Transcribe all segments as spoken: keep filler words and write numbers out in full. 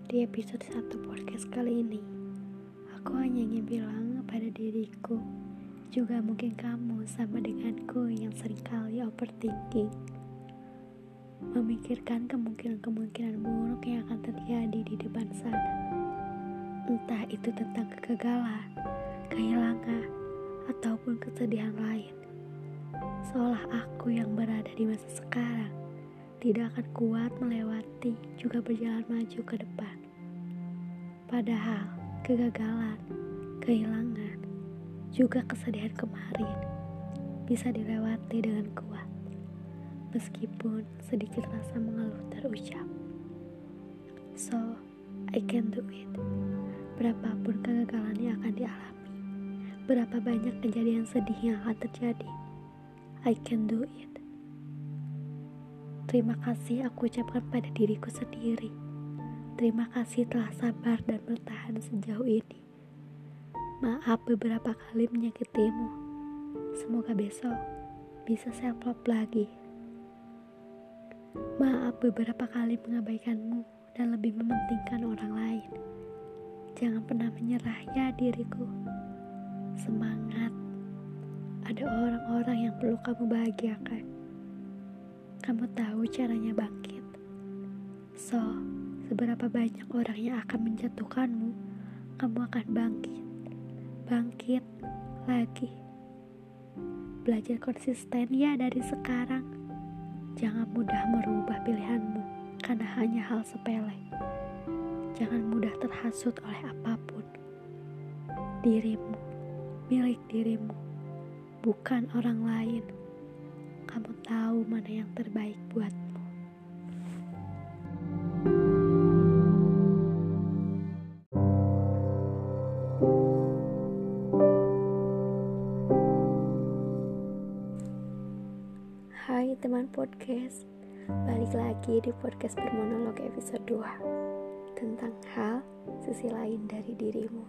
Di episode satu podcast kali ini, aku hanya ingin bilang pada diriku, juga mungkin kamu sama denganku yang seringkali overthinking, memikirkan kemungkinan-kemungkinan buruk yang akan terjadi di depan sana. Entah itu tentang kegagalan, kehilangan, ataupun kesedihan lain. Seolah aku yang berada di masa sekarang tidak akan kuat melewati juga berjalan maju ke depan. Padahal kegagalan, kehilangan, juga kesedihan kemarin bisa dilewati dengan kuat. Meskipun sedikit rasa mengeluh terucap. So, I can do it. Berapapun kegagalan yang akan dialami, berapa banyak kejadian sedih yang akan terjadi, I can do it. Terima kasih aku ucapkan pada diriku sendiri. Terima kasih telah sabar dan bertahan sejauh ini. Maaf beberapa kali menyakitimu. Semoga besok bisa self love lagi. Maaf beberapa kali mengabaikanmu dan lebih mementingkan orang lain. Jangan pernah menyerah ya diriku. Semangat. Ada orang-orang yang perlu kamu bahagiakan. Kamu tahu caranya bangkit. So, seberapa banyak orang yang akan menjatuhkanmu, kamu akan bangkit. Bangkit lagi. Belajar konsisten ya dari sekarang. Jangan mudah merubah pilihanmu karena hanya hal sepele. Jangan mudah terhasut oleh apapun. Dirimu, milik dirimu, bukan orang lain. Kamu tahu mana yang terbaik buatmu. Hai teman podcast, balik lagi di podcast bermonolog episode dua tentang hal sisi lain dari dirimu.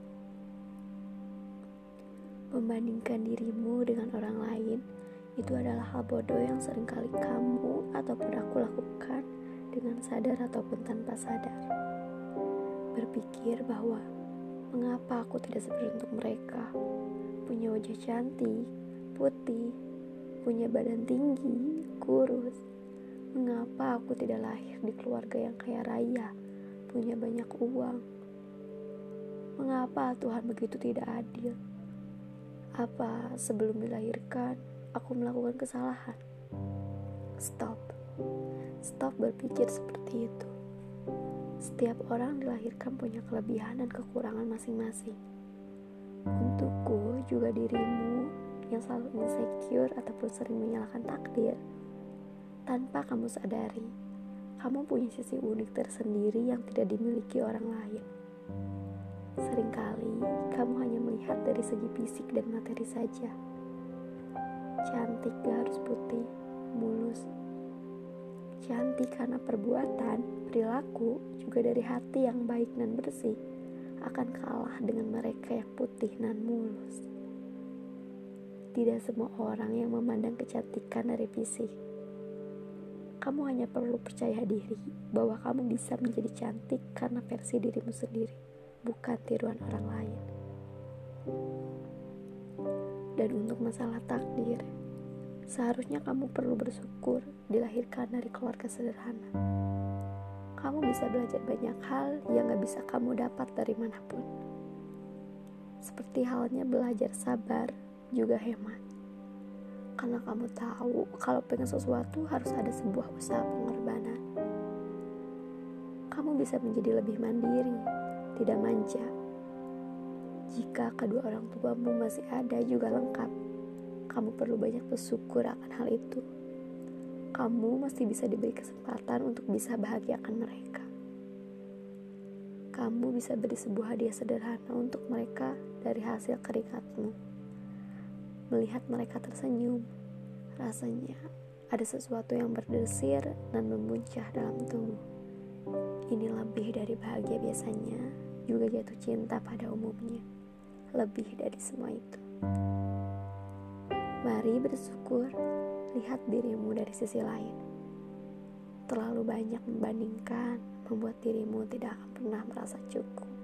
Membandingkan dirimu dengan orang lain itu adalah hal bodoh yang seringkali kamu ataupun aku lakukan dengan sadar ataupun tanpa sadar. Berpikir bahwa mengapa aku tidak seberuntung mereka, punya wajah cantik, putih, punya badan tinggi, kurus. Mengapa aku tidak lahir di keluarga yang kaya raya, punya banyak uang? Mengapa Tuhan begitu tidak adil? Apa sebelum dilahirkan aku melakukan kesalahan? Stop. Stop berpikir seperti itu. Setiap orang dilahirkan punya kelebihan dan kekurangan masing-masing. Untukku juga dirimu yang selalu insecure ataupun sering menyalahkan takdir. Tanpa kamu sadari, kamu punya sisi unik tersendiri yang tidak dimiliki orang lain. Seringkali kamu hanya melihat dari segi fisik dan materi saja. Cantik gak harus putih, mulus. Cantik karena perbuatan, perilaku, juga dari hati yang baik dan bersih akan kalah dengan mereka yang putih dan mulus. Tidak semua orang yang memandang kecantikan dari fisik. Kamu hanya perlu percaya diri bahwa kamu bisa menjadi cantik karena versi dirimu sendiri, bukan tiruan orang lain. Dan untuk masalah takdir, seharusnya kamu perlu bersyukur dilahirkan dari keluarga sederhana. Kamu bisa belajar banyak hal yang gak bisa kamu dapat dari manapun. Seperti halnya belajar sabar, juga hemat. Karena kamu tahu kalau pengen sesuatu harus ada sebuah usaha pengorbanan. Kamu bisa menjadi lebih mandiri, tidak manja. Jika kedua orang tuamu masih ada juga lengkap, kamu perlu banyak bersyukur akan hal itu. Kamu masih bisa diberi kesempatan untuk bisa bahagiakan mereka. Kamu bisa beri sebuah hadiah sederhana untuk mereka dari hasil keringatmu. Melihat mereka tersenyum, rasanya ada sesuatu yang berdesir dan memuncah dalam tubuh. Ini lebih dari bahagia biasanya, juga jatuh cinta pada umumnya. Lebih dari semua itu. Mari bersyukur, lihat dirimu dari sisi lain. Terlalu banyak membandingkan, membuat dirimu tidak akan pernah merasa cukup.